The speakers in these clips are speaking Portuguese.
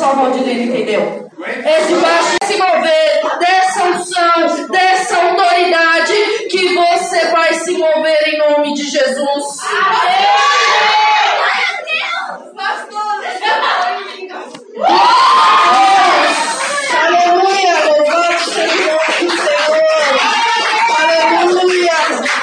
só o Valdinei entendeu. É debaixo de se mover dessa unção, dessa autoridade, que você vai se mover em nome de Jesus. Aleluia, louvado seja o Senhor. Aleluia.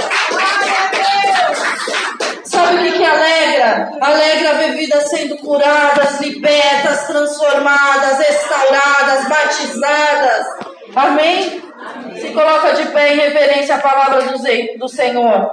Sabe o que alegra? Alegra ver vidas sendo curadas, libertas, transformadas, restauradas, batizadas. Amém? Se coloca de pé em reverência à palavra do Senhor.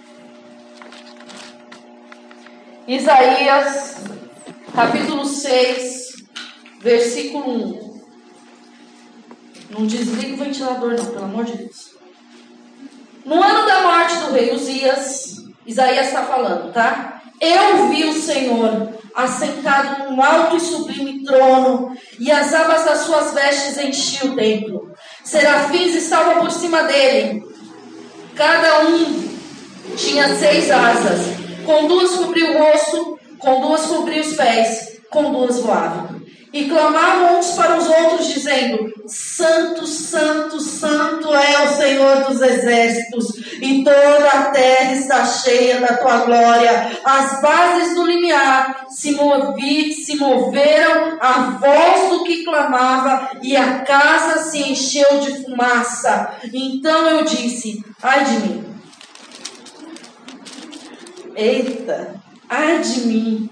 Isaías, capítulo 6, versículo 1. Não desliga o ventilador não, pelo amor de Deus. No ano da morte do rei Uzias, Isaías está falando, tá? Eu vi o Senhor assentado num alto e sublime trono, e as abas das suas vestes enchiam o templo. Serafins estavam por cima dele. Cada um tinha 6 asas. Com 2 cobria o rosto, com 2 cobria os pés, com 2 voavam. E clamavam uns para os outros, dizendo: Santo, Santo, Santo é o Senhor dos exércitos, e toda a terra está cheia da tua glória. As bases do limiar se moveram à voz do que clamava, e a casa se encheu de fumaça. Então eu disse: ai de mim. Eita, ai de mim.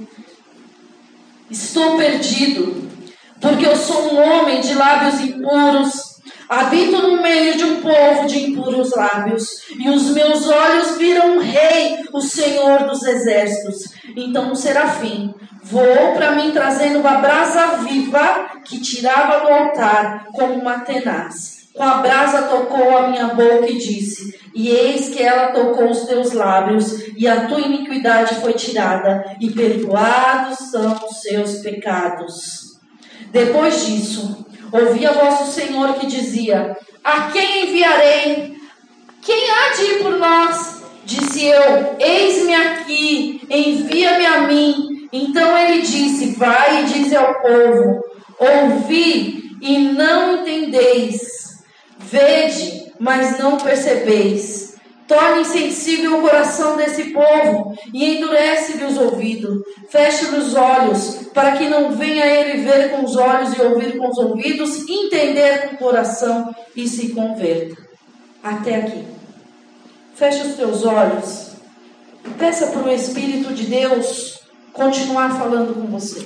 Estou perdido, porque eu sou um homem de lábios impuros, habito no meio de um povo de impuros lábios, e os meus olhos viram o Rei, o Senhor dos exércitos. Então um serafim voou para mim, trazendo uma brasa viva que tirava do altar como uma tenaz. Com a brasa tocou a minha boca e disse: e eis que ela tocou os teus lábios, e a tua iniquidade foi tirada, e perdoados são os seus pecados. Depois disso, ouvi a voz do Senhor que dizia: a quem enviarei? Quem há de ir por nós? Disse eu: eis-me aqui, envia-me a mim. Então ele disse: vai e dize ao povo: ouvi e não entendeis. Vede, mas não percebeis. Torne insensível o coração desse povo e endurece-lhe os ouvidos. Feche-lhe os olhos, para que não venha ele ver com os olhos e ouvir com os ouvidos, entender com o coração e se converta. Até aqui. Feche os teus olhos. Peça para o Espírito de Deus continuar falando com você.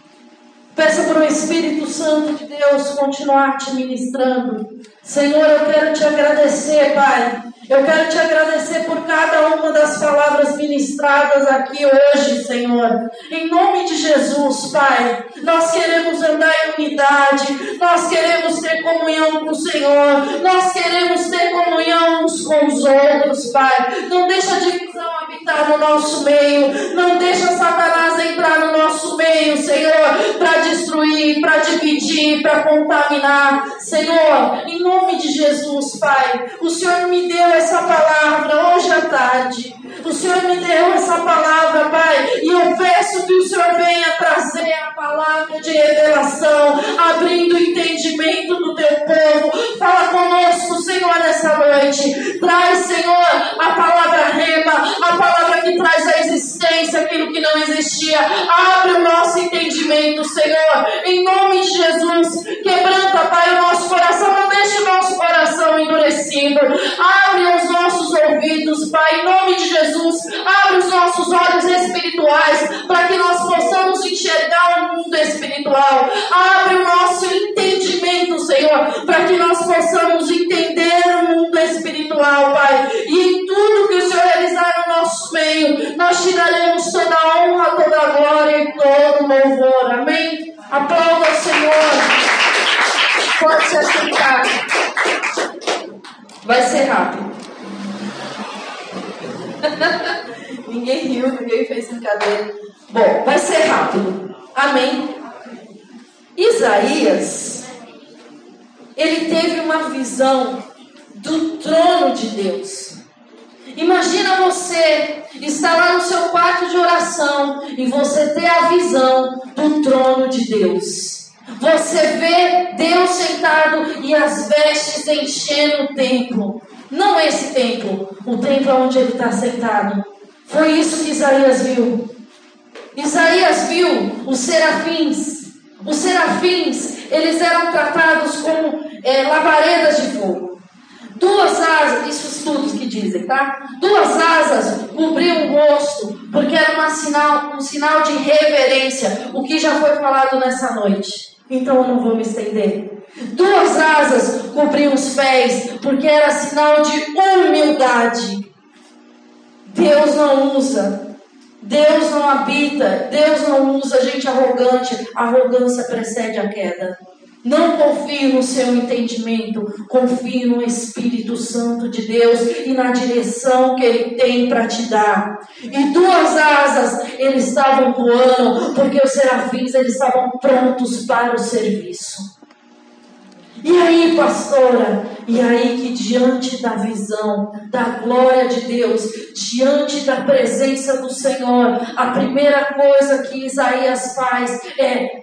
Peça para o Espírito Santo de Deus continuar te ministrando. Senhor, eu quero te agradecer, Pai. Eu quero te agradecer por cada uma das palavras ministradas aqui hoje, Senhor. Em nome de Jesus, Pai, nós queremos andar em unidade. Nós queremos ter comunhão com o Senhor. Nós queremos ter comunhão uns com os outros, Pai. Não deixa a divisão habitar no nosso meio. Não deixa Satanás entrar no nosso meio, Senhor, para destruir, para dividir, para contaminar. Senhor, em nome de Jesus, Pai, o Senhor me deu essa palavra hoje à tarde. O Senhor me deu essa palavra, Pai, e eu peço que o Senhor venha trazer a palavra de revelação, abrindo o entendimento do teu povo. Fala conosco, Senhor, nessa noite. Traz, Senhor, a palavra rema, a palavra que traz a existência, aquilo que não existia. Abre o nosso entendimento, Senhor, em nome de Jesus. Quebranta, Pai, o nosso coração. Não deixe o nosso coração endurecido. Abre os nossos ouvidos, Pai, em nome de Jesus. Abre os nossos olhos espirituais para que nós possamos enxergar o mundo espiritual. Abre o nosso entendimento, Senhor, para que nós possamos entender o mundo espiritual, Pai. E em tudo que o Senhor realizar no nosso meio, nós te daremos toda a honra, toda a glória e todo o louvor. Amém? Aplauda o Senhor. Pode se assentar. Vai ser rápido. Ninguém riu, ninguém fez brincadeira. Bom, vai ser rápido. Amém? Isaías, ele teve uma visão do trono de Deus. Imagina você estar lá no seu quarto de oração e você ter a visão do trono de Deus. Você vê Deus sentado e as vestes enchendo o templo. Não esse templo, o templo onde ele está sentado. Foi isso que Isaías viu. Isaías viu os serafins. Os serafins, eles eram tratados como labaredas de fogo. 2 asas, isso estudos que dizem, tá? 2 asas cobriam o rosto, porque era um sinal de reverência, o que já foi falado nessa noite. Então eu não vou me estender. 2 asas cobriam os pés, porque era sinal de humildade. Deus não usa, Deus não habita, Deus não usa gente arrogante. A arrogância precede a queda. Não confie no seu entendimento, confie no Espírito Santo de Deus e na direção que Ele tem para te dar. E 2 asas eles estavam voando, porque os serafins eles estavam prontos para o serviço. E aí, pastora, e aí que diante da visão, da glória de Deus, diante da presença do Senhor, a primeira coisa que Isaías faz é: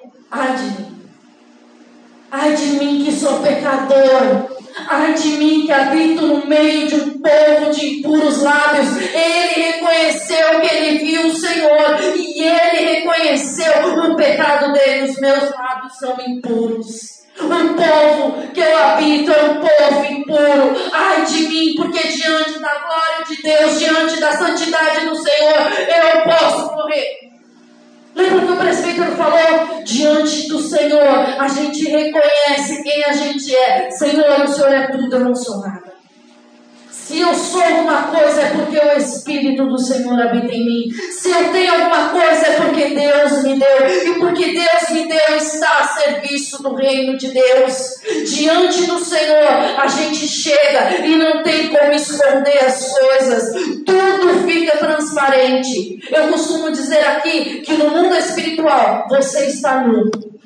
ai de mim que sou pecador, ai de mim que habito no meio de um povo de impuros lábios. Ele reconheceu que ele viu o Senhor e ele reconheceu o pecado dele. Os meus lábios são impuros. O povo que eu habito é um povo impuro. Ai de mim, porque diante da glória de Deus, diante da santidade do Senhor, eu posso morrer. Lembra que o presbítero falou? Diante do Senhor, a gente reconhece quem a gente é. Senhor, o Senhor é tudo, eu não sou nada. Se eu sou alguma coisa, é porque o Espírito do Senhor habita em mim. Se eu tenho alguma coisa, é porque Deus me deu. E porque Deus me deu, está a serviço do reino de Deus. Diante do Senhor, a gente chega e não tem como esconder as coisas. Tudo fica transparente. Eu costumo dizer aqui que no mundo espiritual, você está nu.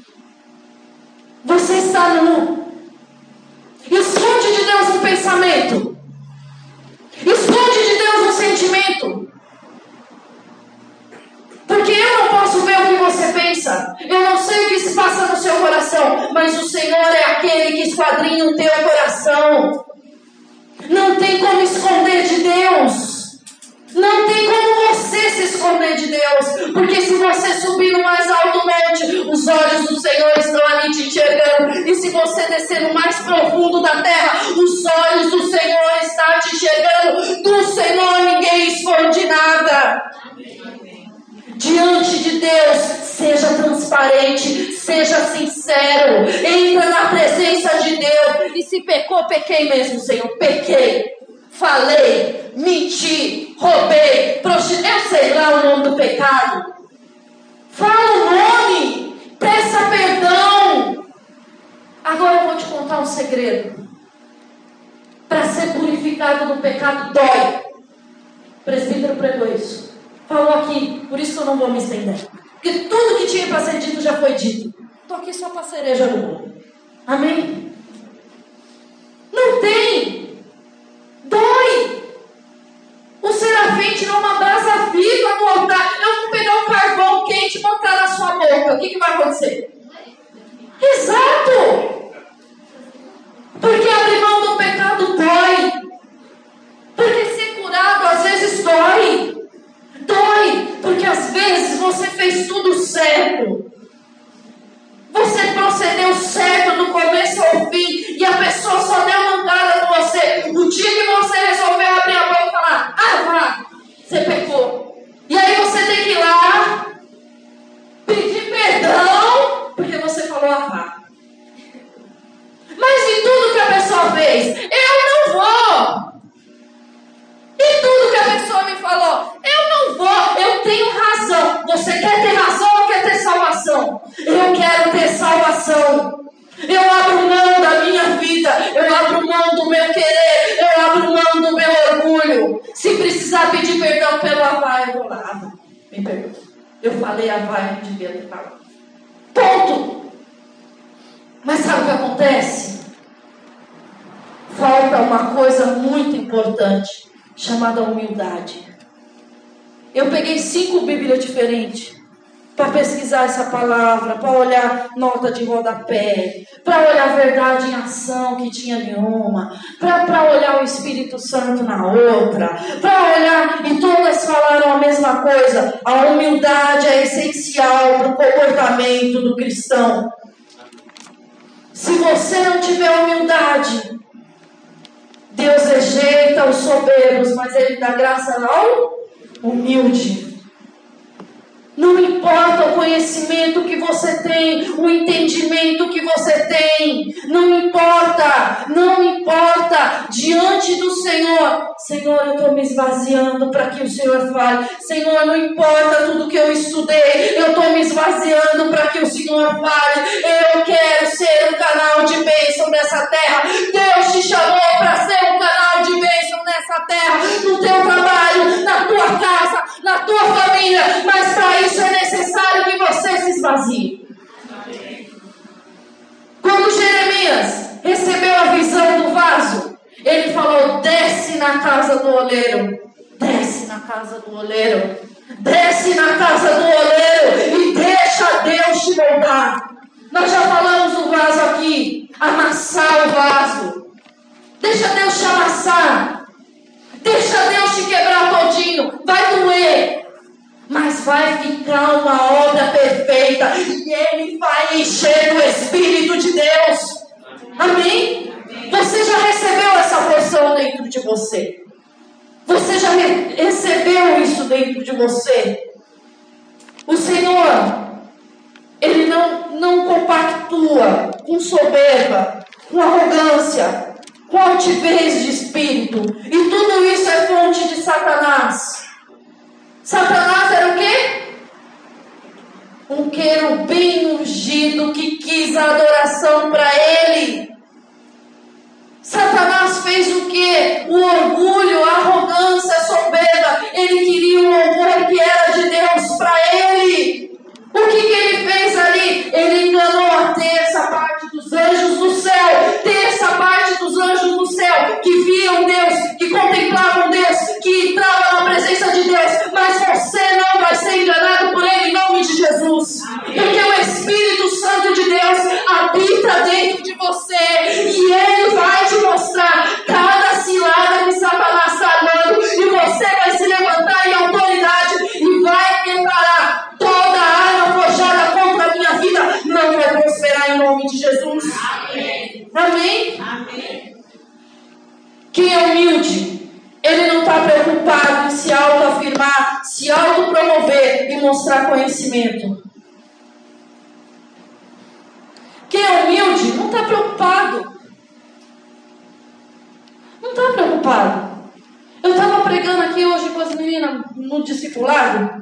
Você está nu. Esconde de Deus um pensamento. Esconde de Deus um sentimento. Porque eu não posso ver o que você pensa. Eu não sei o que se passa no seu coração. Mas o Senhor é aquele que esquadrinha o teu coração. Não tem como esconder de Deus. Não tem como você se esconder de Deus. Porque se você subir no mais alto monte, os olhos do Senhor estão ali te enxergando. E se você descer no mais profundo da terra, os olhos do Senhor estão te enxergando. Do Senhor ninguém esconde nada. Diante de Deus, seja transparente, seja sincero. Entra na presença de Deus. E se pecou, pequei mesmo, Senhor. Pequei. Falei, menti, roubei, prostituí, eu sei lá o nome do pecado. Fala o nome, peça perdão. Agora eu vou te contar um segredo. Para ser purificado do pecado dói. O presbítero pregou isso. Falou aqui, por isso que eu não vou me estender. Porque tudo que tinha para ser dito já foi dito. Estou aqui só para cereja no bolo. Amém? Não tem. Dói. O serafim tirou uma brasa viva no altar. Eu vou pegar um carvão quente e botar na sua boca. O que vai acontecer? Exato. Porque abrir mão do pecado dói. Porque ser curado às vezes dói. Dói. Porque às vezes você fez tudo certo. Você procedeu certo do começo ao fim e a pessoa só deu mancada com você. O dia que você resolveu abrir a boca e falar: vá, você pecou. E aí você tem que ir lá pedir perdão porque você falou vá. Mas e tudo que a pessoa fez? Eu não vou. E tudo que a pessoa me falou? Eu não vou, eu tenho razão. Você quer ter razão ou quer ter salvação? Eu quero ter salvação. Eu abro mão da minha vida. Eu abro mão do meu querer. Eu abro mão do meu orgulho. Se precisar pedir perdão pelo avá, eu vou lá. Me perdoa. Eu falei avá e não devia ter falado. Ponto. Mas sabe o que acontece? Falta uma coisa muito importante, chamada humildade. Eu peguei 5 Bíblias diferentes. para pesquisar essa palavra, para olhar nota de rodapé, para olhar a verdade em ação que tinha nenhuma, para olhar o Espírito Santo na outra, para olhar, e todas falaram a mesma coisa: a humildade é essencial para o comportamento do cristão. Se você não tiver humildade, Deus rejeita os soberbos, mas Ele dá graça ao humilde. Não importa o conhecimento que você tem, o entendimento que você tem, não importa, diante do Senhor. Senhor, eu estou me esvaziando para que o Senhor fale. Senhor, não importa tudo que eu estudei, eu estou me esvaziando para que o Senhor fale. Eu quero ser um canal de bênção nessa terra. Deus te chamou para ser um canal de bênção nessa terra, no teu trabalho, na tua casa, na tua família, mas para isso é necessário que você se esvazie. Quando Jeremias recebeu a visão do vaso, ele falou: desce na casa do oleiro, desce na casa do oleiro, desce na casa do oleiro e deixa Deus te moldar. Nós já falamos do vaso aqui, amassar o vaso. Deixa Deus te amassar, deixa Deus te quebrar todinho, vai doer, mas vai ficar uma obra perfeita e Ele vai encher do Espírito de Deus. Amém? Você já recebeu essa porção dentro de você? Você já recebeu isso dentro de você? O Senhor, Ele não compactua com soberba, com arrogância, com altivez de espírito. E tudo isso é fonte de Satanás. Satanás era o quê? Um querubim ungido que quis a adoração para ele. Satanás fez o quê? O orgulho, a arrogância, a soberba. Ele queria um louvor que era de Deus para ele. O que ele fez ali? Ele enganou a terça parte dos anjos do céu. Terça parte dos anjos do céu que viam Deus, que contemplavam Deus, que entravam na presença de Deus. Mas você não vai ser enganado por ele em nome de Jesus. Porque o Espírito Santo de Deus habita dentro de você e Ele vai te mostrar cada cilada que Satanás está dando, e você vai se levantar em autoridade e vai declarar: toda arma forjada contra a minha vida não vai prosperar em nome de Jesus. Amém? Amém? Amém. Quem é humilde, ele não está preocupado em se autoafirmar, se autopromover e mostrar conhecimento. Quem é humilde não está preocupado. Não está preocupado. Eu estava pregando aqui hoje com as meninas no discipulado.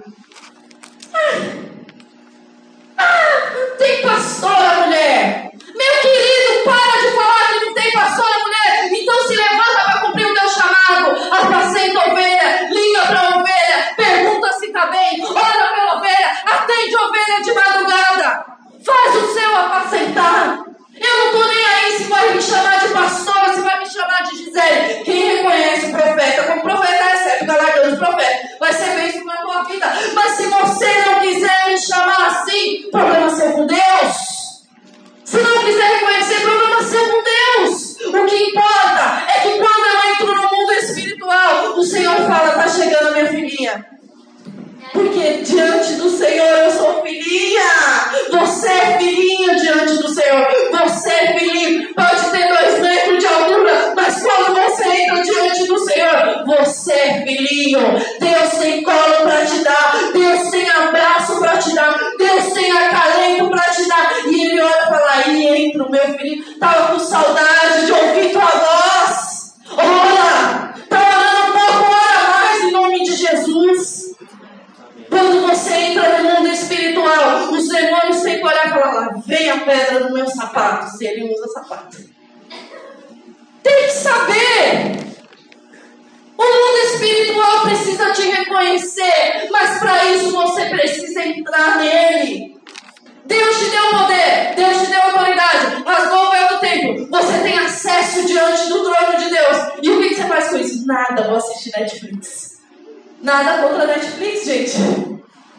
Não tem pastora, mulher. Meu querido, para de falar que não tem pastora, mulher. Então se levanta para cumprir o teu chamado. Apacenta a ovelha, liga para a ovelha, pergunta se está bem, ora pela ovelha, atende a ovelha de madrugada. Faz o seu apacentar. Eu não estou nem aí se vai me chamar de pastora, se vai me chamar de Gisele. Quem reconhece o profeta como profeta recebe galardão de profeta. Vai ser bênção na tua vida. Mas se você não quiser me chamar assim, problema seu com Deus. Se não quiser reconhecer, problema seu com Deus. O que importa é que quando eu entro no mundo espiritual, o Senhor fala: está chegando a minha filhinha. Porque diante do Senhor eu sou filhinha. Você é filhinho diante do Senhor. Você é filhinho. Pode ter 2 metros de altura, mas quando você entra diante do Senhor, você é filhinho. Deus tem colo para te dar. Deus tem abraço para te dar. Deus tem acalento para te dar. E Ele olha e fala: aí entra o meu filhinho. Estava com saudade de ouvir tua voz. Ora, está orando um pouco, ora mais em nome de Jesus. Quando você entra no mundo espiritual, os demônios têm que olhar e falar: vem a pedra no meu sapato, se ele usa sapato. Tem que saber. O mundo espiritual precisa te reconhecer, mas para isso você precisa entrar nele. Deus te deu poder, Deus te deu autoridade, rasgou o véu do templo, você tem acesso diante do trono de Deus. E o que você faz com isso? Nada, vou assistir Netflix. Nada contra a Netflix, gente.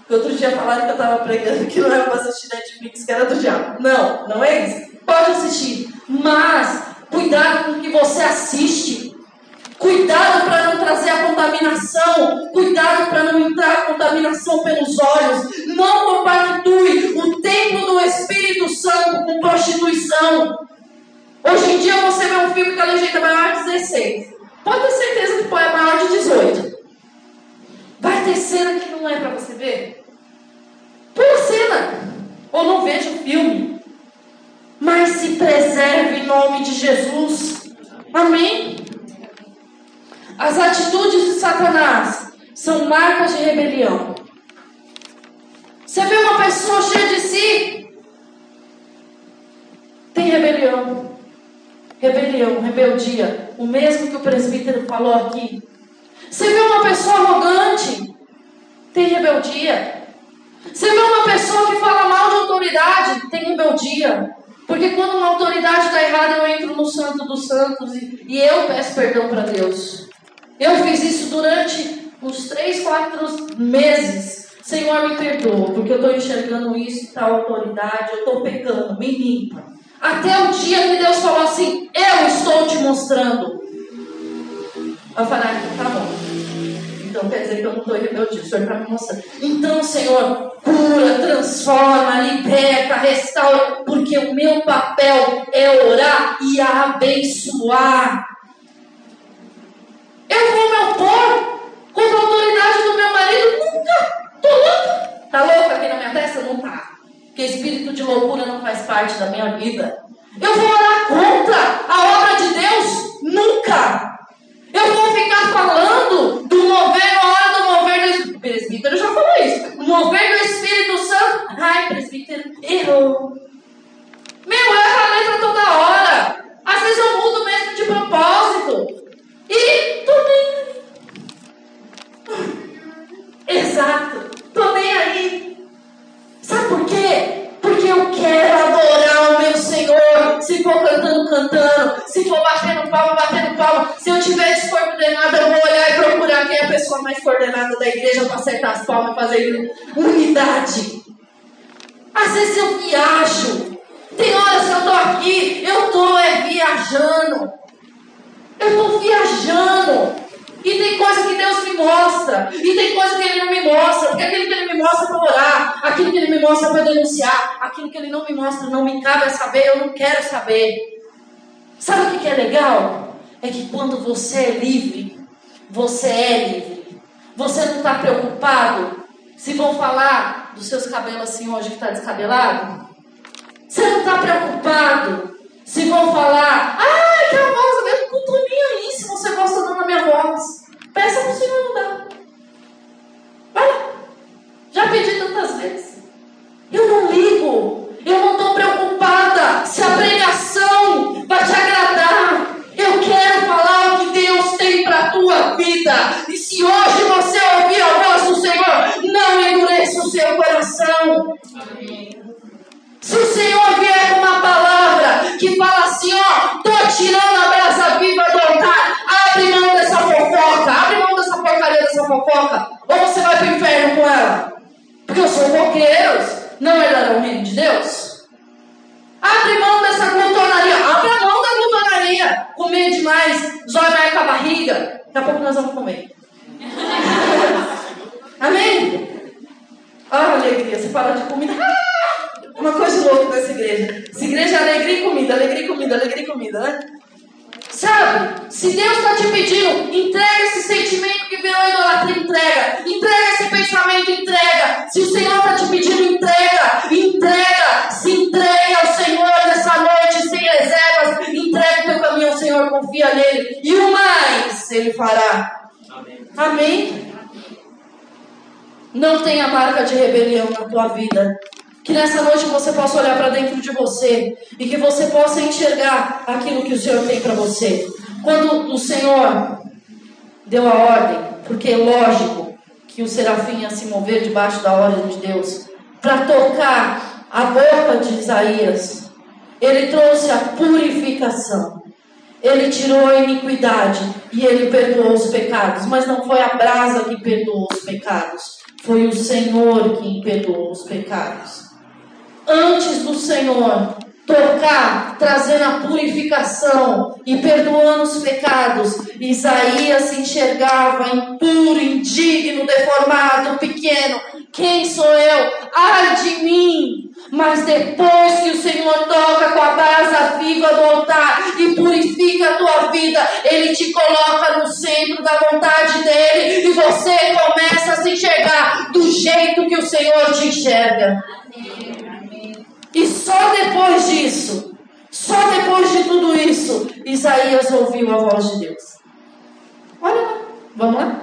Outro dia falaram que eu estava pregando que não era para assistir Netflix, que era do diabo. Não, não é isso. Pode assistir, mas cuidado com o que você assiste. Cuidado para não trazer a contaminação. Cuidado para não entrar a contaminação pelos olhos. Não compactue o templo do Espírito Santo com prostituição. Hoje em dia você vê um filme que a legenda é maior de 16. Pode ter certeza que é maior de 18. Vai ter cena que não é para você ver. Pula cena. Ou não veja o filme. Mas se preserve em nome de Jesus. Amém? As atitudes de Satanás são marcas de rebelião. Você vê uma pessoa cheia de si, tem rebelião. Rebelião, rebeldia. O mesmo que o presbítero falou aqui. Você vê uma pessoa arrogante, tem rebeldia. Você vê uma pessoa que fala mal de autoridade, tem rebeldia. Porque quando uma autoridade está errada, eu entro no santo dos santos e eu peço perdão para Deus. Eu fiz isso durante uns 3, 4 meses. Senhor, me perdoa, porque eu estou enxergando isso, tal autoridade, eu estou pecando, me limpa. Até o dia que Deus falou assim, eu estou te mostrando. Eu falei, tá bom. Então quer dizer que eu não estou rebelde, o Senhor está me mostrando. Então, Senhor, cura, transforma, liberta, restaura, porque o meu papel é orar e abençoar. Eu vou me opor contra a autoridade do meu marido? Nunca. Tô louca. Tá louca aqui na minha testa? Não tá. Porque espírito de loucura não faz parte da minha vida. Eu vou orar contra a obra de Deus? Nunca. Eu vou ficar falando do mover na hora do mover do Espírito. O presbítero já falou isso. O mover do Espírito Santo. Ai, presbítero, errou. Meu, erra a letra toda hora. Às vezes eu mudo mesmo de propósito. E tô nem aí. Exato. Tô nem aí. Sabe por quê? Porque eu quero adorar o meu Senhor. Se for cantando, cantando. Se for batendo palma. Se eu estiver descoordenada, eu vou olhar e procurar quem é a pessoa mais coordenada da igreja para acertar as palmas e fazer unidade. Às vezes eu viajo. Tem horas que eu tô aqui, eu tô viajando. Eu estou viajando. E tem coisa que Deus me mostra. E tem coisa que Ele não me mostra. Porque aquilo que Ele me mostra é para orar. Aquilo que Ele me mostra é para denunciar. Aquilo que Ele não me mostra, não me cabe a saber. Eu não quero saber. Sabe o que é legal? É que quando você é livre, você é livre. Você não está preocupado se vão falar dos seus cabelos assim hoje que está descabelado. Você não está preocupado se vão falar, que a voz mesmo, não estou nem aí se você gosta ou não da minha voz. Peça para o Senhor mudar. Vai lá. Já pedi tantas vezes. Eu não ligo. Eu não estou preocupada se a pregação vai te agradar. Eu quero falar o que Deus tem para a tua vida. E se hoje você ouvir a voz do Senhor, não endureça o seu coração. Amém. Se o Senhor vier com uma palavra que fala assim, estou tirando a brasa viva do altar, abre mão dessa fofoca, abre mão dessa porcaria dessa fofoca, ou você vai para o inferno com ela. Porque os fofoqueiros não herdarão o reino de Deus. Abre mão dessa glutonaria, abre a mão da glutonaria. Comer demais, zóio marca a barriga, daqui a pouco nós vamos comer. Amém? Alegria, você fala de comida. Uma coisa louca dessa igreja. Essa igreja é alegria e comida, né? Sabe? Se Deus está te pedindo, entrega esse sentimento que virou idolatria, entrega. Entrega esse pensamento, entrega. Se o Senhor está te pedindo, entrega. Se entregue ao Senhor nessa noite, sem reservas. Entrega o teu caminho ao Senhor, confia nele. E o mais Ele fará. Amém? Não tenha marca de rebelião na tua vida. Que nessa noite você possa olhar para dentro de você e que você possa enxergar aquilo que o Senhor tem para você. Quando o Senhor deu a ordem, porque é lógico que o serafim ia se mover debaixo da ordem de Deus, para tocar a boca de Isaías, ele trouxe a purificação. Ele tirou a iniquidade e ele perdoou os pecados. Mas não foi a brasa que perdoou os pecados. foi o Senhor quem perdoou os pecados. Antes do Senhor tocar, trazendo a purificação e perdoando os pecados, Isaías se enxergava impuro, indigno, deformado, pequeno. Quem sou eu? Ai de mim! Mas depois que o Senhor toca com a brasa viva do altar e purifica a tua vida, Ele te coloca no centro da vontade dEle e você começa a se enxergar do jeito que o Senhor te enxerga. E só depois disso, só depois de tudo isso, Isaías ouviu a voz de Deus. Olha lá, vamos lá?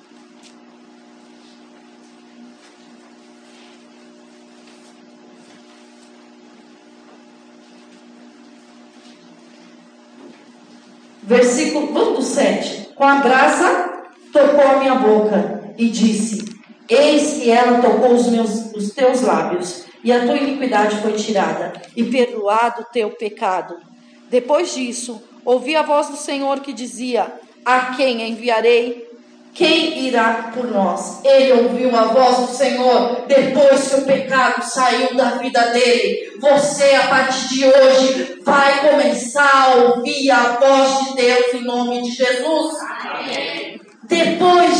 Versículo, vamos do 7. Com a brasa tocou a minha boca e disse: eis que ela tocou os teus lábios, e a tua iniquidade foi tirada, e perdoado o teu pecado. Depois disso, ouvi a voz do Senhor que dizia: a quem enviarei? Quem irá por nós? Ele ouviu a voz do Senhor depois que o pecado saiu da vida dele. Você, a partir de hoje, vai começar a ouvir a voz de Deus em nome de Jesus. Amém. Depois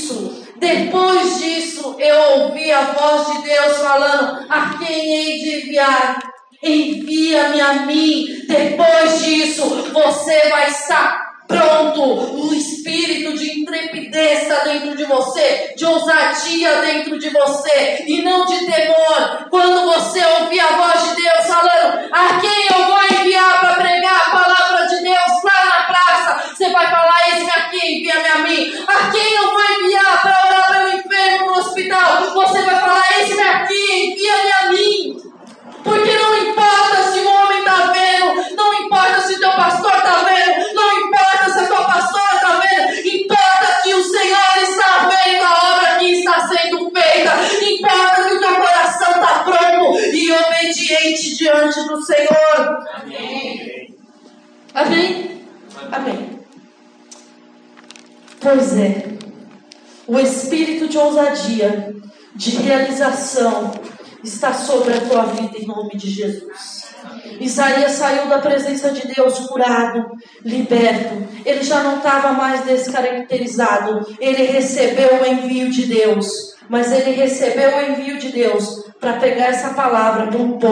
disso, eu ouvi a voz de Deus falando: a quem hei de enviar? Envia-me a mim. Depois disso, você vai estar pronto. O espírito de intrepidez está dentro de você, de ousadia dentro de você, e não de temor. Quando você ouvir a voz de Deus falando: a quem eu vou enviar para pregar a palavra de Deus lá na praça, você vai falar: eis-me aqui, envia-me a mim. A quem eu vou enviar para orar pelo enfermo no hospital, você vai falar: eis-me aqui, envia-me a mim. Porque não importa se o homem está vendo, não importa se o teu pastor está vendo, não importa se a tua pastora está vendo, importa que o Senhor está vendo a obra que está sendo feita, importa que o teu coração está pronto e obediente diante do Senhor. Amém. Amém? Amém. Pois é, o espírito de ousadia, de realização, está sobre a tua vida em nome de Jesus. Isaías saiu da presença de Deus curado, liberto. Ele já não estava mais descaracterizado. Ele recebeu o envio de Deus. Mas ele recebeu o envio de Deus para pegar essa palavra para um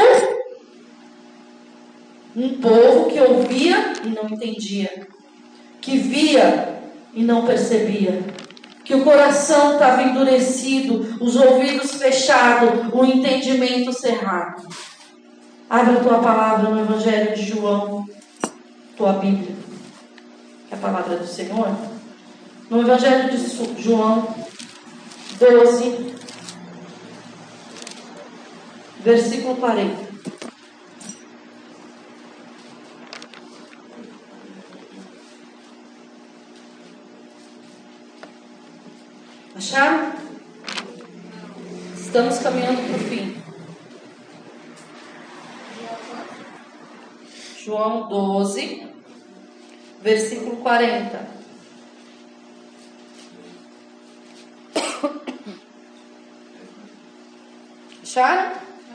povo que ouvia e não entendia, que via e não percebia, que o coração estava endurecido, os ouvidos fechados, o entendimento cerrado. Abra a tua palavra no Evangelho de João, tua Bíblia, que é a palavra do Senhor. No Evangelho de João 12, versículo 40. Acharam? Estamos caminhando para o fim. João 12, versículo 40. Acharam?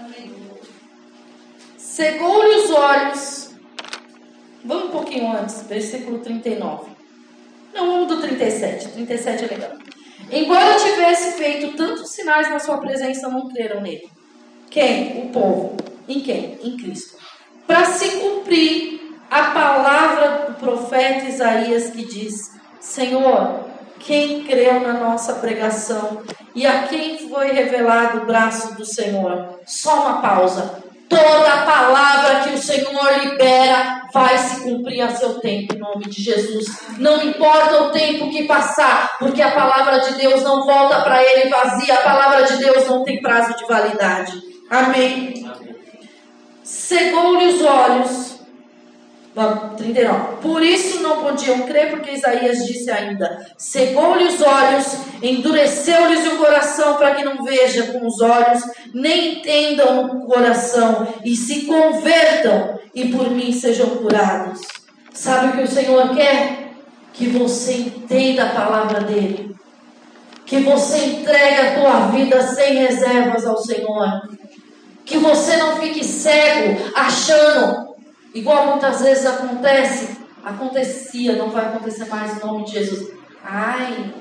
Cegou-lhe os olhos. Vamos um pouquinho antes, versículo 39. Não, vamos do 37. 37 é legal. Embora tivesse feito tantos sinais na sua presença, não creram nele. Quem? O povo. Em quem? Em Cristo. Para se cumprir a palavra do profeta Isaías que diz: Senhor, quem creu na nossa pregação e a quem foi revelado o braço do Senhor? Só uma pausa. Toda a palavra que o Senhor libera vai se cumprir a seu tempo, em nome de Jesus. Não importa o tempo que passar, porque a palavra de Deus não volta para ele vazia. A palavra de Deus não tem prazo de validade. Amém? Cegou-lhe os olhos. 39. Por isso não podiam crer, porque Isaías disse ainda: cegou-lhe os olhos, endureceu-lhes o coração, para que não vejam com os olhos, nem entendam no coração, e se convertam, e por mim sejam curados. Sabe o que o Senhor quer? Que você entenda a palavra dele, Que você entregue a tua vida sem reservas ao Senhor. Que você não fique cego, achando, igual muitas vezes acontecia, não vai acontecer mais em nome de Jesus. Ai,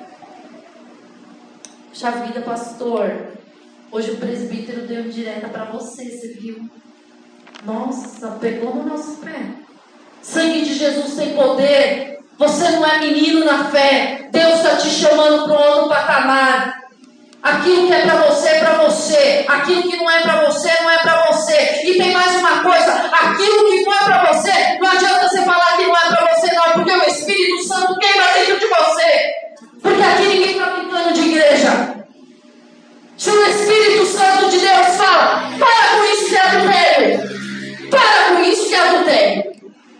puxa vida, pastor. Hoje o presbítero deu direta para você viu? Nossa, pegou no nosso pé. Sangue de Jesus tem poder. Você não é menino na fé. Deus está te chamando para um outro patamar. Aquilo que é para você, é para você. Aquilo que não é para você, não é para você. E tem mais uma coisa. Aquilo que não é para você, não adianta você falar que não é para você não. Porque o Espírito Santo queima dentro de você. Porque aqui ninguém está brincando de igreja. Se o Espírito Santo de Deus fala, para com isso que é adultério. Para com isso que é adultério.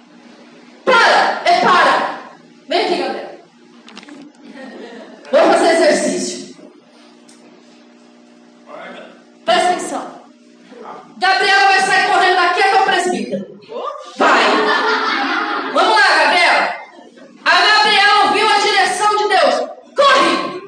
Para. Vem aqui, Gabriel. Vamos fazer exercício. Presta atenção. Gabriel vai sair correndo daqui até o presbítero. Vai. Vamos lá, Gabriel. A Gabriel ouviu a direção de Deus. Corre.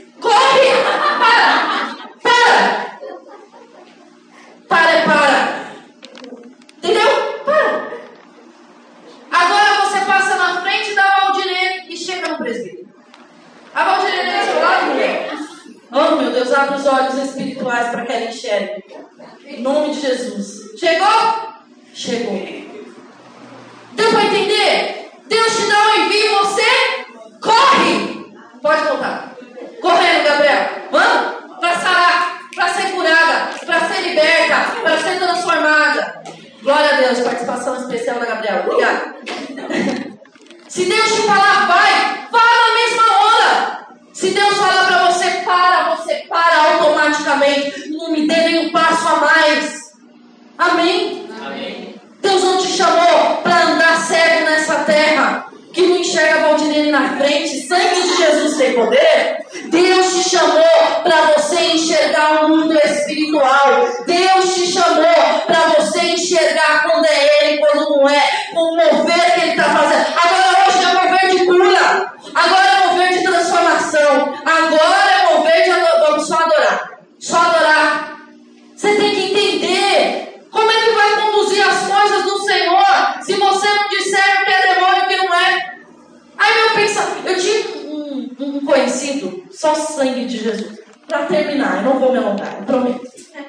Para. Entendeu? Para. Agora você passa na frente da Valdirene e chega no presbítero. A Valdirene é do seu lado, mulher? Oh, meu Deus, abre os olhos espirituais para que ela enxergue. Em nome de Jesus. Chegou. Deu para entender? Deus te dá um envio e você corre. Pode voltar. Correndo, Gabriel. Vamos? Para sarar, para ser curada, para ser liberta, para ser transformada. Glória a Deus, participação especial da Gabriela. Obrigada. Se Deus te falar, vai na mesma hora. Se Deus falar para você para automaticamente. Não me dê nenhum passo a mais. Amém? Deus não te chamou para andar cego nessa terra, que não enxerga a Valdirene na frente. Sangue de Jesus tem poder. Deus te chamou para você enxergar o mundo espiritual. Deus te chamou para você enxergar quando é Ele, quando não é, com o mover que Ele está fazendo. Agora hoje é mover de cura. Agora é mover de transformação. Agora é mover de vamos só adorar. Você tem que entender como é que vai conduzir as coisas do Senhor se você não disser o que é demônio e o que não é. Aí eu tinha um conhecido, só sangue de Jesus. Para terminar, eu não vou me alongar, eu prometo.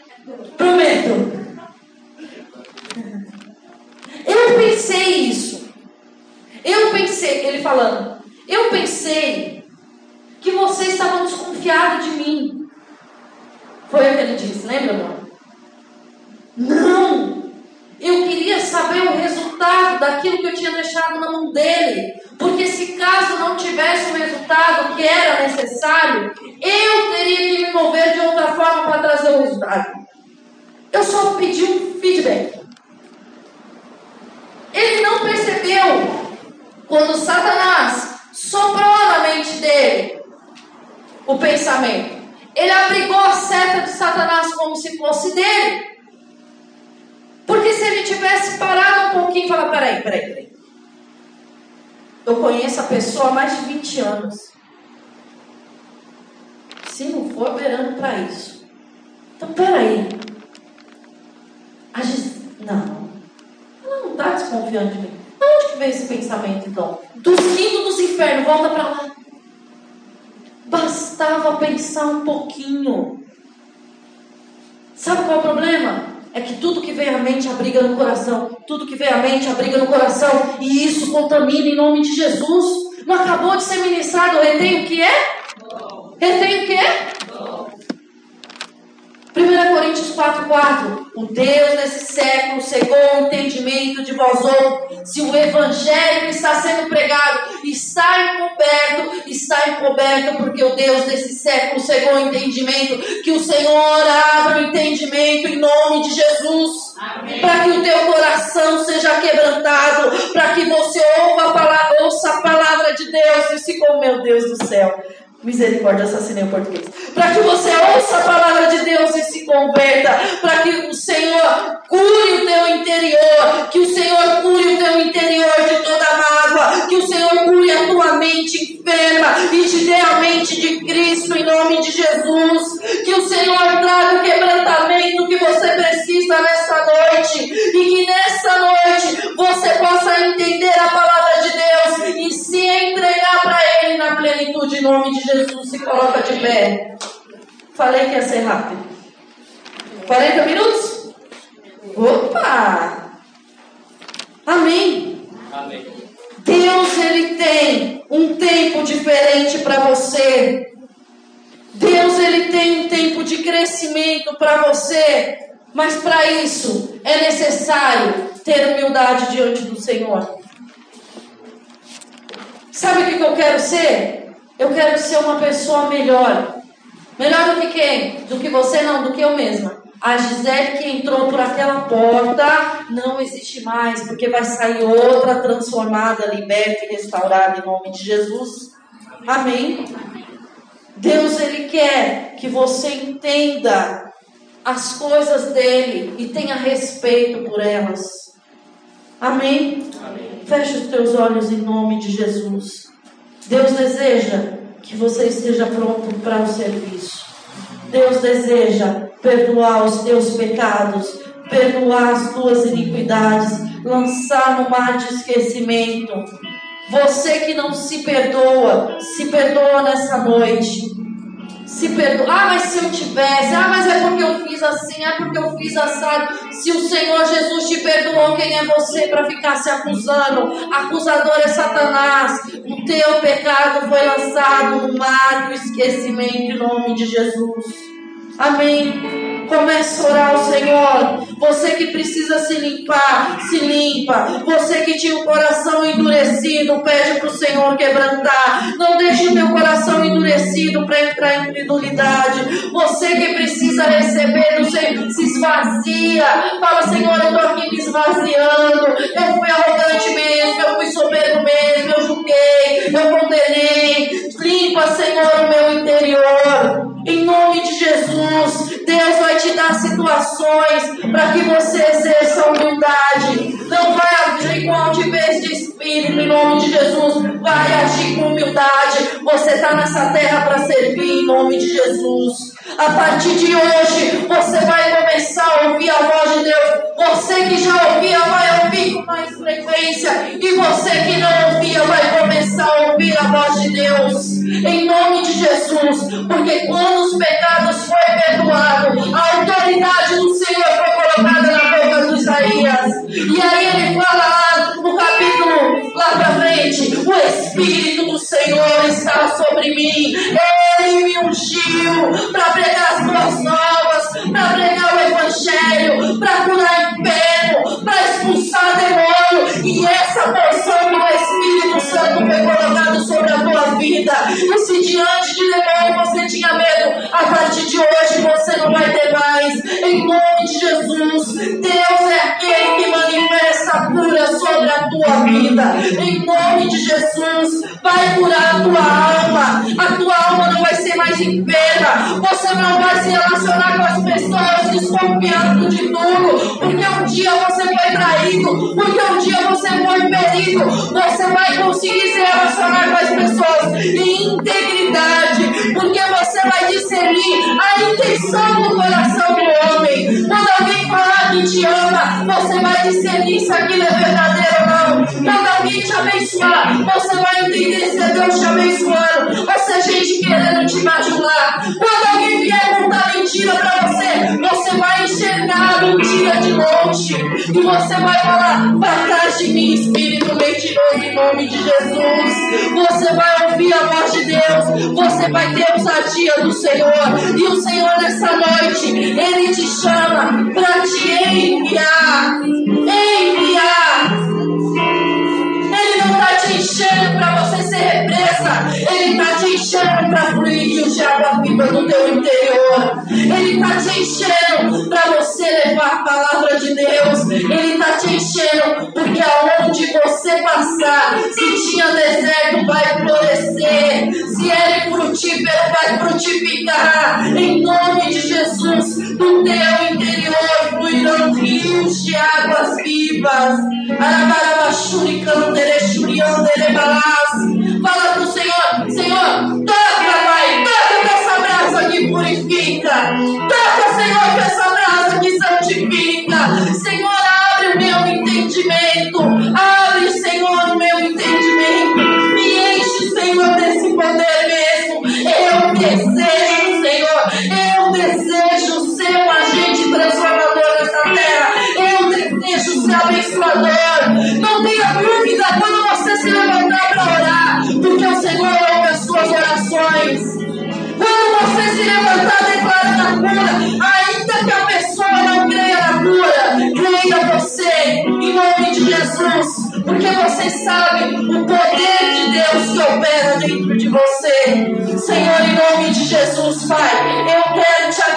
Eu pensei isso. Ele falando, eu pensei que vocês estavam desconfiados de mim. Foi o que ele disse, lembra, amor? Não! Eu queria saber o resultado daquilo que eu tinha deixado na mão dele. Porque se caso não tivesse o resultado que era necessário, eu teria que me mover de outra forma para trazer o resultado. Eu só pedi um feedback. Ele não percebeu quando Satanás soprou na mente dele o pensamento. Ele abrigou a seta de Satanás como se fosse dele. Porque se ele tivesse parado um pouquinho e falar, peraí. Eu conheço a pessoa há mais de 20 anos. Se não for beirando para isso. Então, peraí. Não. Ela não está desconfiando de mim. De onde que veio esse pensamento, então? Dos quintos dos infernos, volta para lá. Bastava pensar um pouquinho. Sabe qual é o problema? É que tudo que vem à mente abriga no coração. Tudo que vem à mente abriga no coração. E isso contamina em nome de Jesus. Não acabou de ser ministrado. Retém o que é? Retém o que é? 1 Coríntios 4:4. O Deus desse século cegou o entendimento de vós outros. Se o evangelho que está sendo pregado está encoberto, porque o Deus desse século cegou o entendimento. Que o Senhor abra o entendimento em nome de Jesus. Para que o teu coração seja quebrantado, para que você ouça a palavra de Deus e se como, meu Deus do céu. Misericórdia, assassinei o português. Para que você ouça a palavra de Deus e se converta. Para que o Senhor cure o teu interior. Que o Senhor cure o teu interior de toda mágoa. Que o Senhor cure a tua mente te enferma e te dê a mente de Cristo em nome de Jesus. Que o Senhor traga o quebrantamento que você precisa nessa noite e que nessa noite você possa entender a palavra de Deus e se entregar para Ele na plenitude em nome de Jesus. Se coloca de pé. Falei que ia ser rápido. 40 minutos? Opa! Amém. Amém. Deus, Ele tem um tempo diferente para você. Deus, Ele tem um tempo de crescimento para você. Mas para isso é necessário ter humildade diante do Senhor. Sabe o que eu quero ser? Eu quero ser uma pessoa melhor. Melhor do que quem? Do que você? Não, do que eu mesma. A Gisele que entrou por aquela porta não existe mais, porque vai sair outra transformada, liberta e restaurada em nome de Jesus. Amém? Deus, Ele quer que você entenda as coisas dEle e tenha respeito por elas. Amém? Amém. Feche os teus olhos em nome de Jesus. Deus deseja que você esteja pronto para o serviço. Deus deseja perdoar os teus pecados, perdoar as tuas iniquidades, lançar no mar de esquecimento. Você que não se perdoa nessa noite. Se perdoa. Mas se eu tivesse, mas é porque eu fiz assim, é porque eu fiz assado. Se o Senhor Jesus te perdoou, quem é você para ficar se acusando? Acusador é Satanás. O teu pecado foi lançado no mar do esquecimento em nome de Jesus. Amém. Comece a orar ao Senhor. Você que precisa se limpar, se limpa. Você que tinha o coração endurecido, pede para o Senhor quebrantar. Não deixe o teu coração endurecido para entrar em incredulidade. Você que precisa receber do Senhor, se esvazia. Fala, Senhor, eu estou aqui me esvaziando. Eu fui arrogante mesmo, eu fui soberbo mesmo, eu julguei, eu condenei. Limpa, Senhor, o meu interior. Em nome de Jesus, Deus vai te dar situações para que você exerça a humildade. Não vai agir com altivez de espírito, em nome de Jesus. Vai agir com humildade. Você está nessa terra para servir, em nome de Jesus. A partir de hoje, você vai começar a ouvir a voz de Deus. Você que já ouvia, vai ouvir com mais frequência. E você que não ouvia, vai começar a ouvir a voz de Deus. Em nome de Jesus. Porque quando os pecados foram perdoados, a autoridade do Senhor foi colocada na boca de Isaías. E aí ele fala lá no capítulo, lá pra frente: o Espírito do Senhor está sobre mim. Ele me ungiu para pregar as boas novas, para pregar o Evangelho, para curar enfermo, para expulsar demônio. E essa porção do Espírito Santo foi colocada sobre a tua vida. E se diante de demônio você tinha medo, a partir de hoje você não vai ter mais. Em nome de Jesus, Deus é aquele que manifesta a cura sobre a tua vida. Em nome de Jesus, vai curar a tua alma. A tua alma não vai ser mais enferma. Você não vai se relacionar com as pessoas desconfiando de tudo, porque um dia você foi traído, porque um dia você foi ferido. Você vai conseguir se relacionar com as pessoas em integridade, porque você vai discernir a intenção do coração do homem. Quando alguém falar que te ama, você vai discernir se aquilo é verdadeiro ou não. Quando alguém te abençoar, você vai entender se é Deus te abençoando ou se é gente querendo te machucar. Quando alguém vier contar mentira pra você, você vai enxergar a mentira de longe e você vai falar: para trás de mim, espírito mentiroso, em nome de Jesus. Você vai ouvir a voz de Deus, você vai ter ousadia do Senhor. E o Senhor nessa noite, Ele te chama para te enviar. Ele não está te enchendo para você ser represa. Ele está te enchendo para fluir rios de água viva no teu interior. Ele está te enchendo para você levar a palavra de Deus. Ele está te enchendo porque aonde você passar, se tinha deserto, vai florescer. Se era frutífero, vai frutificar. Em nome de Jesus, do teu interior fluirão rios de águas vivas. Fala para o Senhor: santifica. Toca, Senhor, com essa brasa que santifica. Senhor, abre o meu entendimento. Abre, Senhor, o meu entendimento. Me enche, Senhor, desse poder mesmo. Eu desejo, Senhor, eu desejo ser um agente transformador nessa terra. Eu desejo ser abençoador. Não tenha dúvida quando você se levantar para orar, porque o Senhor ouve as suas orações. Quando você se levantar declarando a cura, ainda que a pessoa não creia na cura, creia você, em nome de Jesus, porque você sabe o poder de Deus que opera dentro de você. Senhor, em nome de Jesus, Pai, eu quero te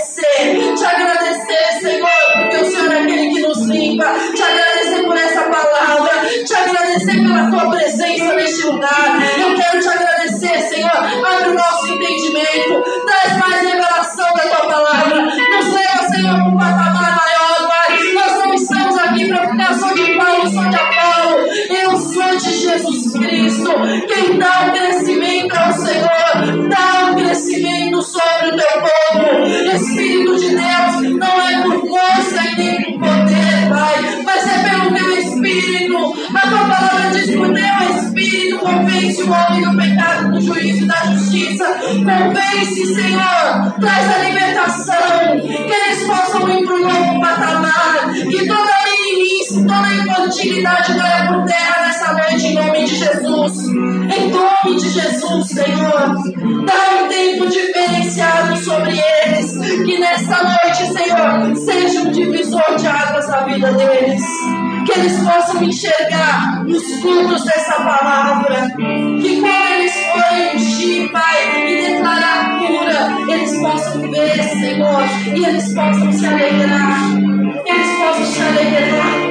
agradecer, Senhor, porque o Senhor é aquele que nos limpa, te agradecer por essa palavra, te agradecer pela tua presença neste lugar. Eu quero te agradecer, Senhor, abre o nosso entendimento, traz mais revelação da tua palavra, nos leva, Senhor, para um patamar maior, Pai. Nós não estamos aqui para ficar só de Paulo, só de Apolo. Eu sou de Jesus Cristo. Quem dá o crescimento é o Senhor. Dá o crescimento sobre o teu povo. Espírito de Deus, não é por força e nem por poder, Pai, mas é pelo teu Espírito. A tua palavra diz que o teu Espírito convence o homem do pecado, do juízo e da justiça. Convence, Senhor, traz a libertação, que eles possam ir para um novo patamar, que toda meninice, toda infantilidade caia por terra nessa noite, em nome de Jesus. Em nome de Jesus, Senhor, dá um tempo diferenciado sobre eles, que nessa noite, Senhor, seja um divisor de águas na vida deles, que eles possam enxergar os frutos dessa palavra, que quando eles forem ungir, Pai, e declarar a cura, eles possam ver, Senhor, e eles possam se alegrar, eles possam se alegrar.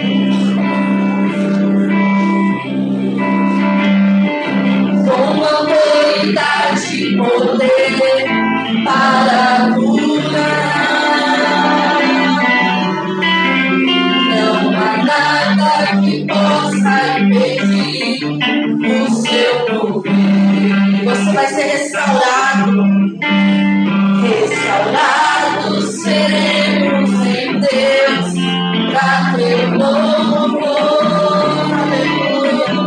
Com autoridade e poder para curar, não há nada que possa impedir o seu poder. Você vai ser restaurado. Restaurados seremos em Deus para ter novo. Aleluia.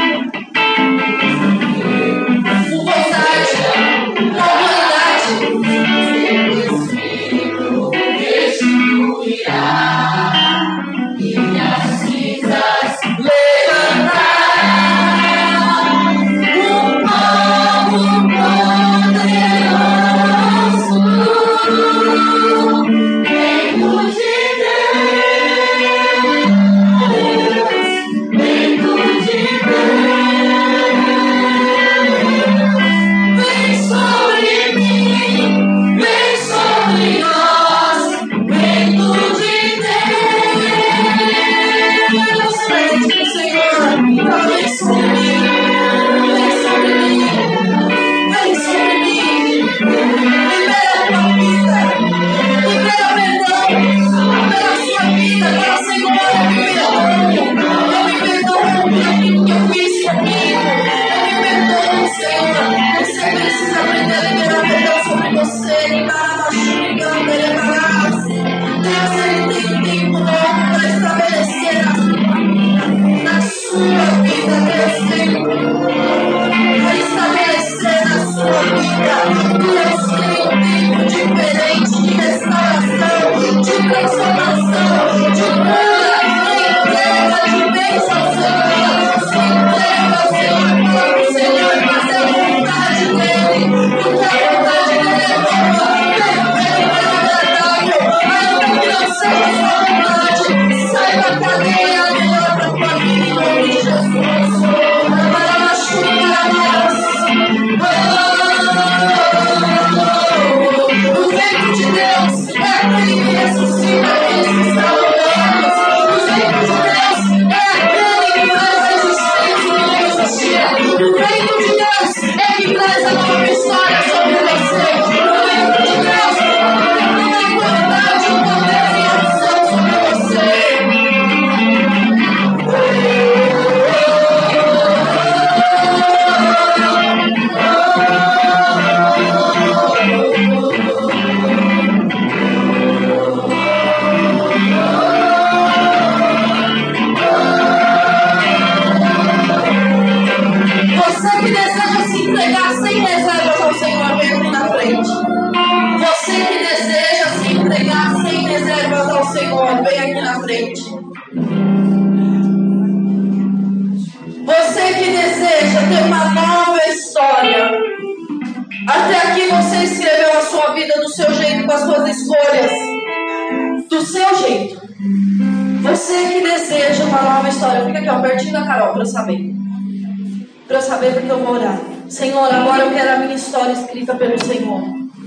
Com vontade, com vontade. Seu Espírito destruirá e as cinzas levantará. Um povo vai ter uma nova história. Até aqui você escreveu a sua vida do seu jeito, com as suas escolhas, do seu jeito. Você que deseja uma nova história, fica aqui, ó, pertinho da Carol, para eu saber. Para eu saber, porque eu vou orar. Senhor, agora eu quero a minha história escrita pelo Senhor.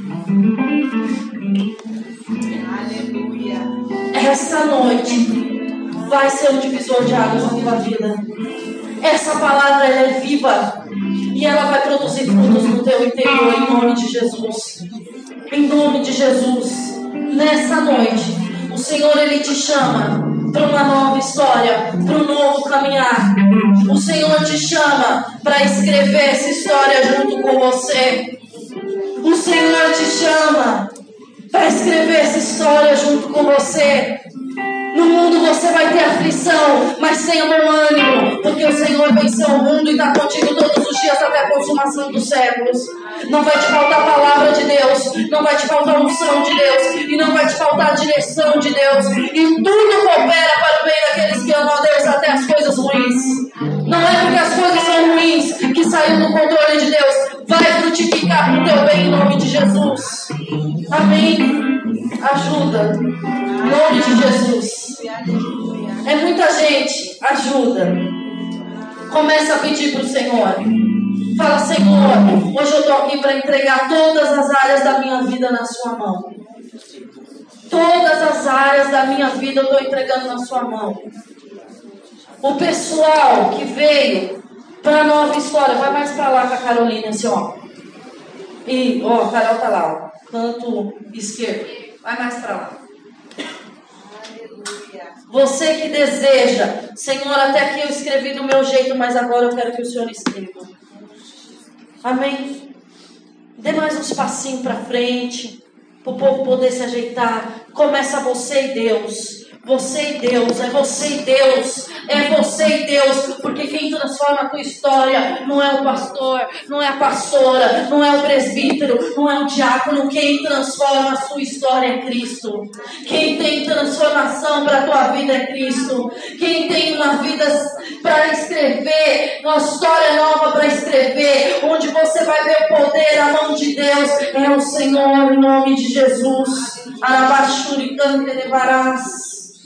Aleluia. Essa noite vai ser um divisor de águas na tua vida. Essa palavra, ela é viva. E ela vai produzir frutos no teu interior, em nome de Jesus. Em nome de Jesus. Nessa noite, o Senhor, Ele te chama para uma nova história, para um novo caminhar. O Senhor te chama para escrever essa história junto com você. O Senhor te chama para escrever essa história junto com você. No mundo você vai ter aflição, mas tenha bom ânimo, porque o Senhor venceu o mundo e está contigo todos os dias até a consumação dos séculos. Não vai te faltar a palavra de Deus, não vai te faltar a unção de Deus, e não vai te faltar a direção de Deus. E tudo coopera para o bem daqueles que amam a Deus, até as coisas ruins. Não é porque as coisas são ruins que saiu do controle de Deus. Vai frutificar para o teu bem em nome de Jesus. Amém. Ajuda. Em nome de Jesus. É muita gente. Ajuda. Começa a pedir para o Senhor. Fala, Senhor, hoje eu estou aqui para entregar todas as áreas da minha vida na sua mão. Todas as áreas da minha vida eu estou entregando na sua mão. O pessoal que veio para a nova história, vai mais para lá com a Carolina, assim, ó. E, ó, a Carol tá lá, ó. Canto esquerdo. Vai mais para lá. Você que deseja, Senhor, até aqui eu escrevi do meu jeito, mas agora eu quero que o Senhor escreva. Amém? Dê mais uns passinhos para frente, para o povo poder se ajeitar. Começa você e Deus. Você e Deus, é você e Deus, é você e Deus, porque quem transforma a tua história não é o pastor, não é a pastora, não é o presbítero, não é o diácono. Quem transforma a sua história é Cristo. Quem tem transformação para a tua vida é Cristo. Quem tem uma vida para escrever, uma história nova para escrever, onde você vai ver o poder, a mão de Deus, é o Senhor, em nome de Jesus. Arabachuricante de Barás.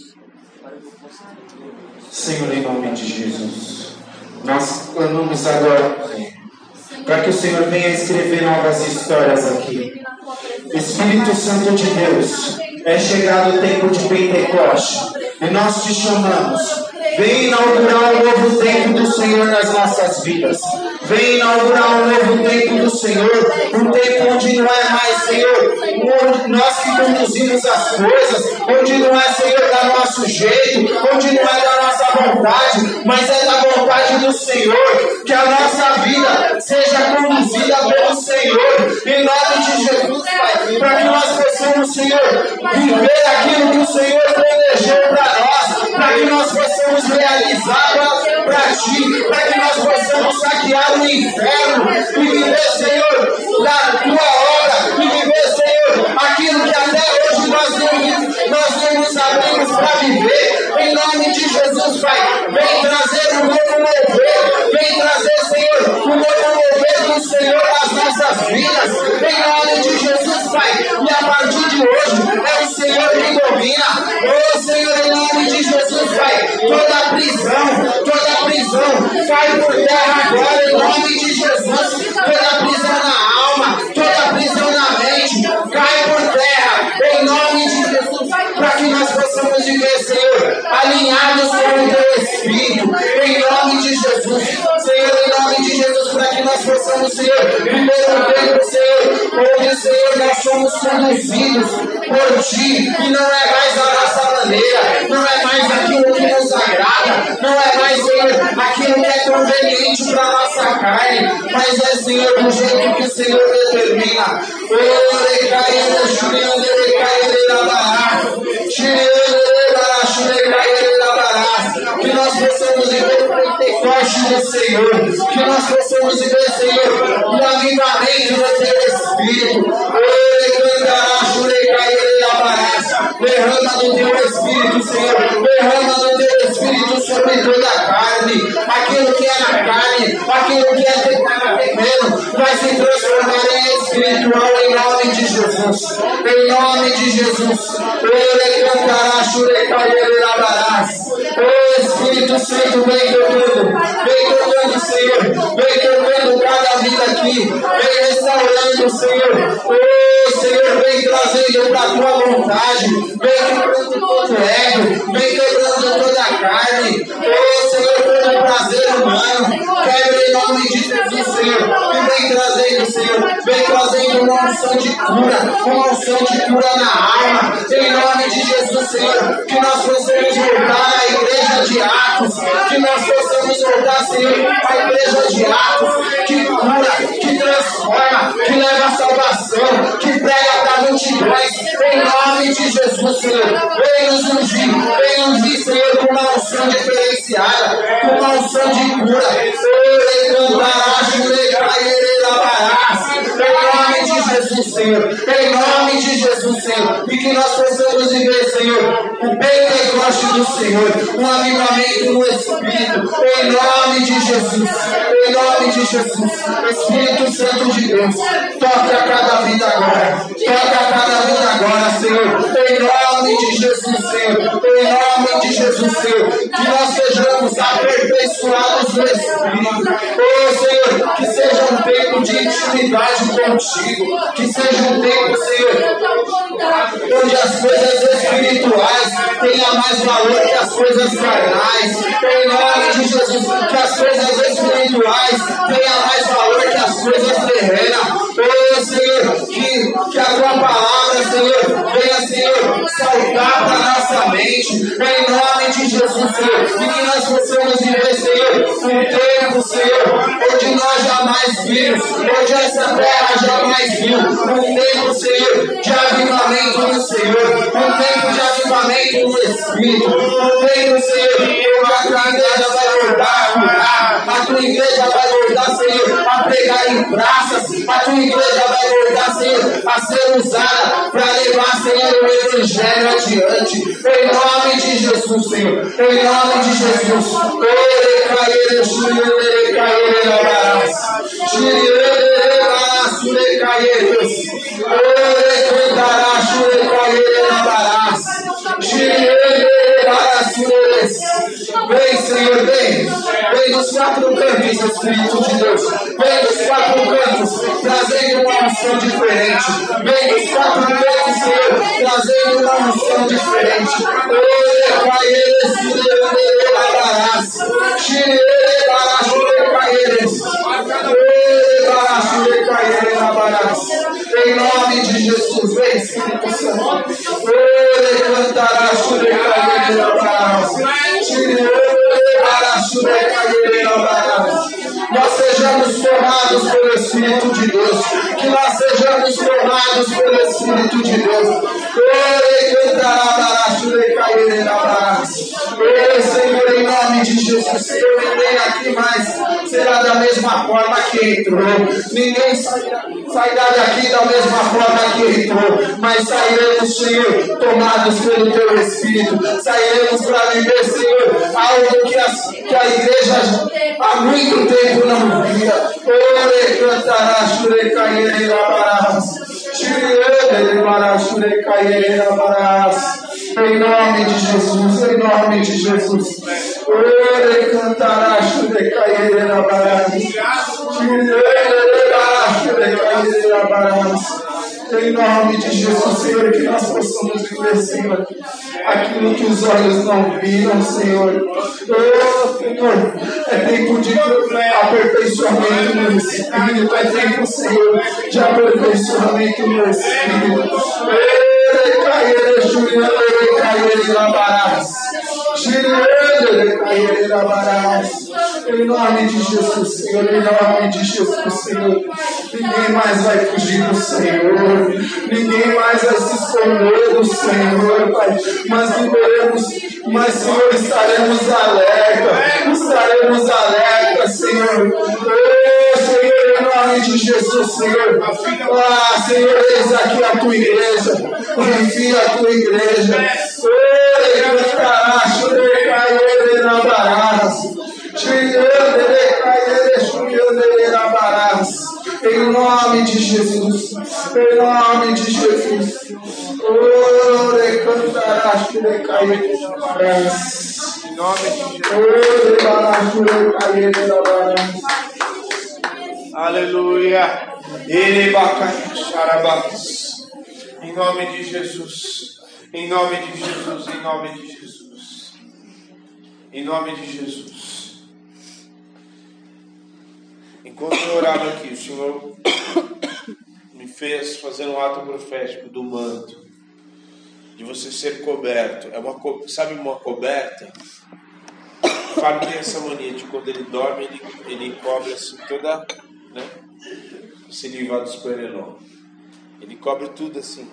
Senhor, em nome de Jesus, nós clamamos agora, para que o Senhor venha escrever novas histórias aqui. Espírito Santo de Deus, é chegado o tempo de Pentecoste, e nós te chamamos. Vem inaugurar um novo tempo do Senhor nas nossas vidas. Vem inaugurar um novo tempo do Senhor. Um tempo onde não é mais, Senhor, nós que conduzimos as coisas. Onde não é, Senhor, do nosso jeito. Onde não é da nossa vontade. Mas é da vontade do Senhor. Que a nossa vida seja conduzida pelo Senhor. Em nome de Jesus, Pai. Para que nós possamos, Senhor, viver aquilo que o Senhor planejou para nós. Para que nós possamos realizar para ti, para que nós possamos saquear o inferno e viver, Senhor, da tua obra, e viver, Senhor, aquilo que até hoje nós não nos abrimos para viver. Em nome de Jesus, Pai, vem trazer um novo mover, vem trazer, Senhor, um novo mover do Senhor nas nossas vidas. Em nome de Jesus, Pai, e a partir de hoje é o Senhor que domina. Oh, Senhor, em nome de Jesus, Pai, toda prisão cai por terra agora, em nome de Jesus. Toda prisão na alma, toda prisão na mente, cai por terra, em nome de Jesus, para que nós possamos viver, Senhor, alinhados com o teu Espírito, em nome de Jesus. Senhor, em nome de Jesus, para que nós possamos, Senhor, viver um tempo, Senhor, onde, Senhor, nós somos conduzidos por Ti, e não é mais a nossa maneira, não é mais aquilo que nos agrada, não é mais, Senhor, aquilo que é conveniente para a nossa carne, mas é, Senhor, do jeito que o Senhor determina. Que nós possamos viver o Pentecoste do Senhor, que nós possamos viver, Senhor, o avivamento do teu Espírito. Derrama do teu Espírito, Senhor, derrama do teu Espírito sobre toda a carne, aquilo que é na carne, aquilo o que é pequeno vai se transformar em espiritual em nome de Jesus. Em nome de Jesus. O Espírito Santo vem tocando, Senhor. Vem tocando cada vida aqui. Vem restaurando, Senhor. Oh, Senhor, vem trazendo para a tua vontade. Vem quebrando todo ego. Vem quebrando toda a carne. Oh, Senhor, todo prazer humano. Quebra em nome de Jesus, Senhor. E vem trazendo, Senhor. Vem trazendo uma unção de cura. Uma unção de cura na alma. Em nome de Jesus, Senhor. Que nós possamos voltar à igreja de Atos. Que nós possamos voltar, Senhor, à igreja de Atos. Que cura, que transforma, que leva a salvação, que prega para multidões. Em nome de Jesus, Senhor. Vem nos ungir, Senhor, com uma unção diferenciada, com uma unção de cura. Em nome de Jesus, Senhor. Em nome de Jesus, Senhor. E que nós possamos viver, Senhor, o Pentecoste do Senhor, um avivamento no Espírito. Em nome de Jesus. Em nome de Jesus. Espírito Santo de Deus, toca cada vida agora. Toca cada vida agora, Senhor. Em nome de Jesus, Senhor. Em nome de Jesus, Senhor. Que nós sejamos aperfeiçoados no Espírito. Oh, Senhor, que seja um tempo de intimidade contigo. Que seja um tempo, Senhor, onde as coisas espirituais tenham mais valor que as coisas carnais. Em nome de Jesus, que as coisas espirituais tenham mais valor que as coisas terrenas. Oh, Senhor, que a tua palavra, Senhor, venha, Senhor, saltar para a nossa mente. Em nome de Jesus, Senhor. E que nós possamos viver, Senhor, um tempo, Senhor, onde nós jamais vimos, onde essa terra jamais viu. Um tempo, Senhor, de avivamento no Senhor. Um tempo de avivamento no Espírito. Um tempo, Senhor, onde a tua igreja vai voltar a curar. A tua igreja vai voltar, Senhor, a pregar em praças. A tua igreja vai voltar, Senhor, a ser usada para levar, Senhor, o Evangelho adiante. Em nome de Jesus, Senhor. Em nome de Jesus. Vem, Senhor, vem. Vem dos quatro cantos, Espírito de Deus. Vem dos quatro cantos, trazendo uma unção diferente. Vem dos quatro cantos, Senhor, trazendo uma unção diferente. Em nome de Jesus, vem, Espírito Santo. Nós sejamos tomados pelo Espírito de Deus. Que nós sejamos tomados pelo Espírito de Deus. Senhor, em nome de Jesus, se eu ninguém aqui mais será da mesma forma que entrou. Ninguém sairá daqui da mesma forma que entrou. Mas sairemos, Senhor, tomados pelo Teu Espírito. Sairemos para viver, Senhor, algo que a igreja há muito tempo não via. Em nome de Jesus, em nome de Jesus. Em nome de Jesus, Senhor, que nós possamos viver, Senhor, aquilo que os olhos não viram, Senhor. Oh, Senhor, é tempo de aperfeiçoamento no Espírito, é tempo, Senhor, de aperfeiçoamento no Espírito. Em nome de Jesus, Senhor, em nome de Jesus, Senhor. Ninguém mais vai fugir do Senhor, ninguém mais vai se esconder do Senhor, Pai. Mas viveremos, mas, Senhor, estaremos alerta, Senhor. Oh, Senhor, em nome de Jesus, Senhor. Ah, Senhor, eis aqui a tua igreja, envia a tua igreja. nome de Jesus. Em nome de Jesus. Aleluia. Em nome de Jesus. Em nome de Jesus. Em nome de Jesus. Em nome de Jesus. Enquanto eu orava aqui, o Senhor me fez fazer um ato profético do manto, de você ser coberto. Sabe uma coberta? O Fábio tem essa mania de quando ele dorme, ele cobre assim toda, né? Se livrar dos pernilongos. Ele cobre tudo assim.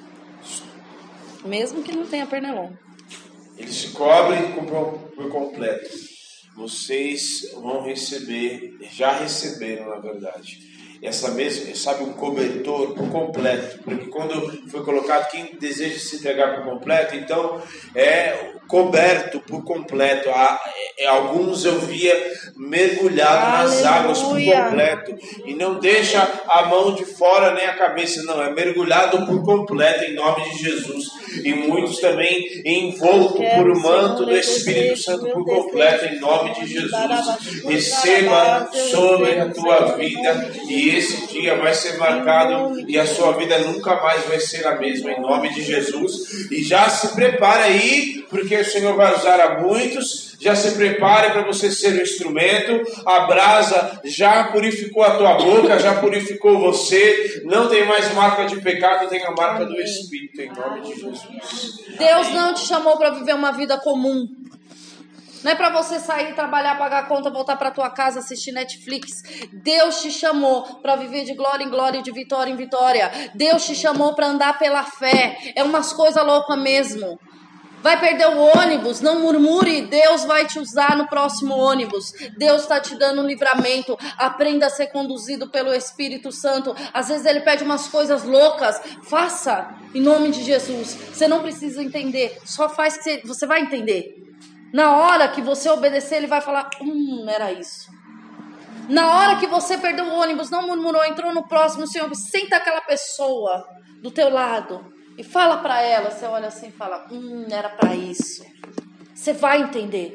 Mesmo que não tenha pernilongo. Ele se cobre por completo. Vocês vão receber, já receberam na verdade, essa mesma, sabe, um cobertor por completo, porque quando foi colocado quem deseja se entregar por completo, então é coberto por completo. Alguns eu via mergulhado nas águas por completo, e não deixa a mão de fora nem a cabeça, não, é mergulhado por completo em nome de Jesus. E muitos também envolto por o manto do Espírito Santo por completo em nome de Jesus. Receba sobre a tua vida, e esse dia vai ser marcado e a sua vida nunca mais vai ser a mesma em nome de Jesus. E já se prepare aí, porque o Senhor vai usar a muitos. Já se prepare para você ser o instrumento. A brasa já purificou a tua boca, já purificou você. Não tem mais marca de pecado, tem a marca do Espírito em nome de Jesus. Deus não te chamou para viver uma vida comum. Não é para você sair, trabalhar, pagar a conta, voltar para tua casa, assistir Netflix. Deus te chamou para viver de glória em glória e de vitória em vitória. Deus te chamou para andar pela fé. É umas coisas loucas mesmo. Vai perder o ônibus, não murmure, Deus vai te usar no próximo ônibus. Deus está te dando um livramento. Aprenda a ser conduzido pelo Espírito Santo. Às vezes Ele pede umas coisas loucas. Faça, em nome de Jesus. Você não precisa entender, só faz que você vai entender. Na hora que você obedecer, Ele vai falar, era isso. Na hora que você perdeu o ônibus, não murmurou, entrou no próximo, Senhor, senta aquela pessoa do teu lado e fala para ela. Você olha assim e fala, era para isso. Você vai entender.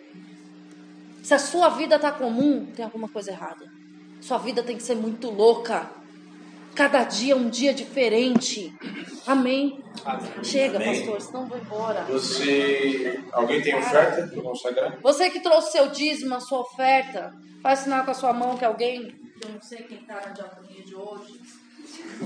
Se a sua vida tá comum, tem alguma coisa errada. Sua vida tem que ser muito louca. Cada dia é um dia diferente. Amém. Chega, Amém. pastor, senão eu vou embora. Alguém tem oferta para consagrar? Você que trouxe seu dízimo, a sua oferta, faz sinal com a sua mão que alguém, eu não sei quem está na diaconia de hoje,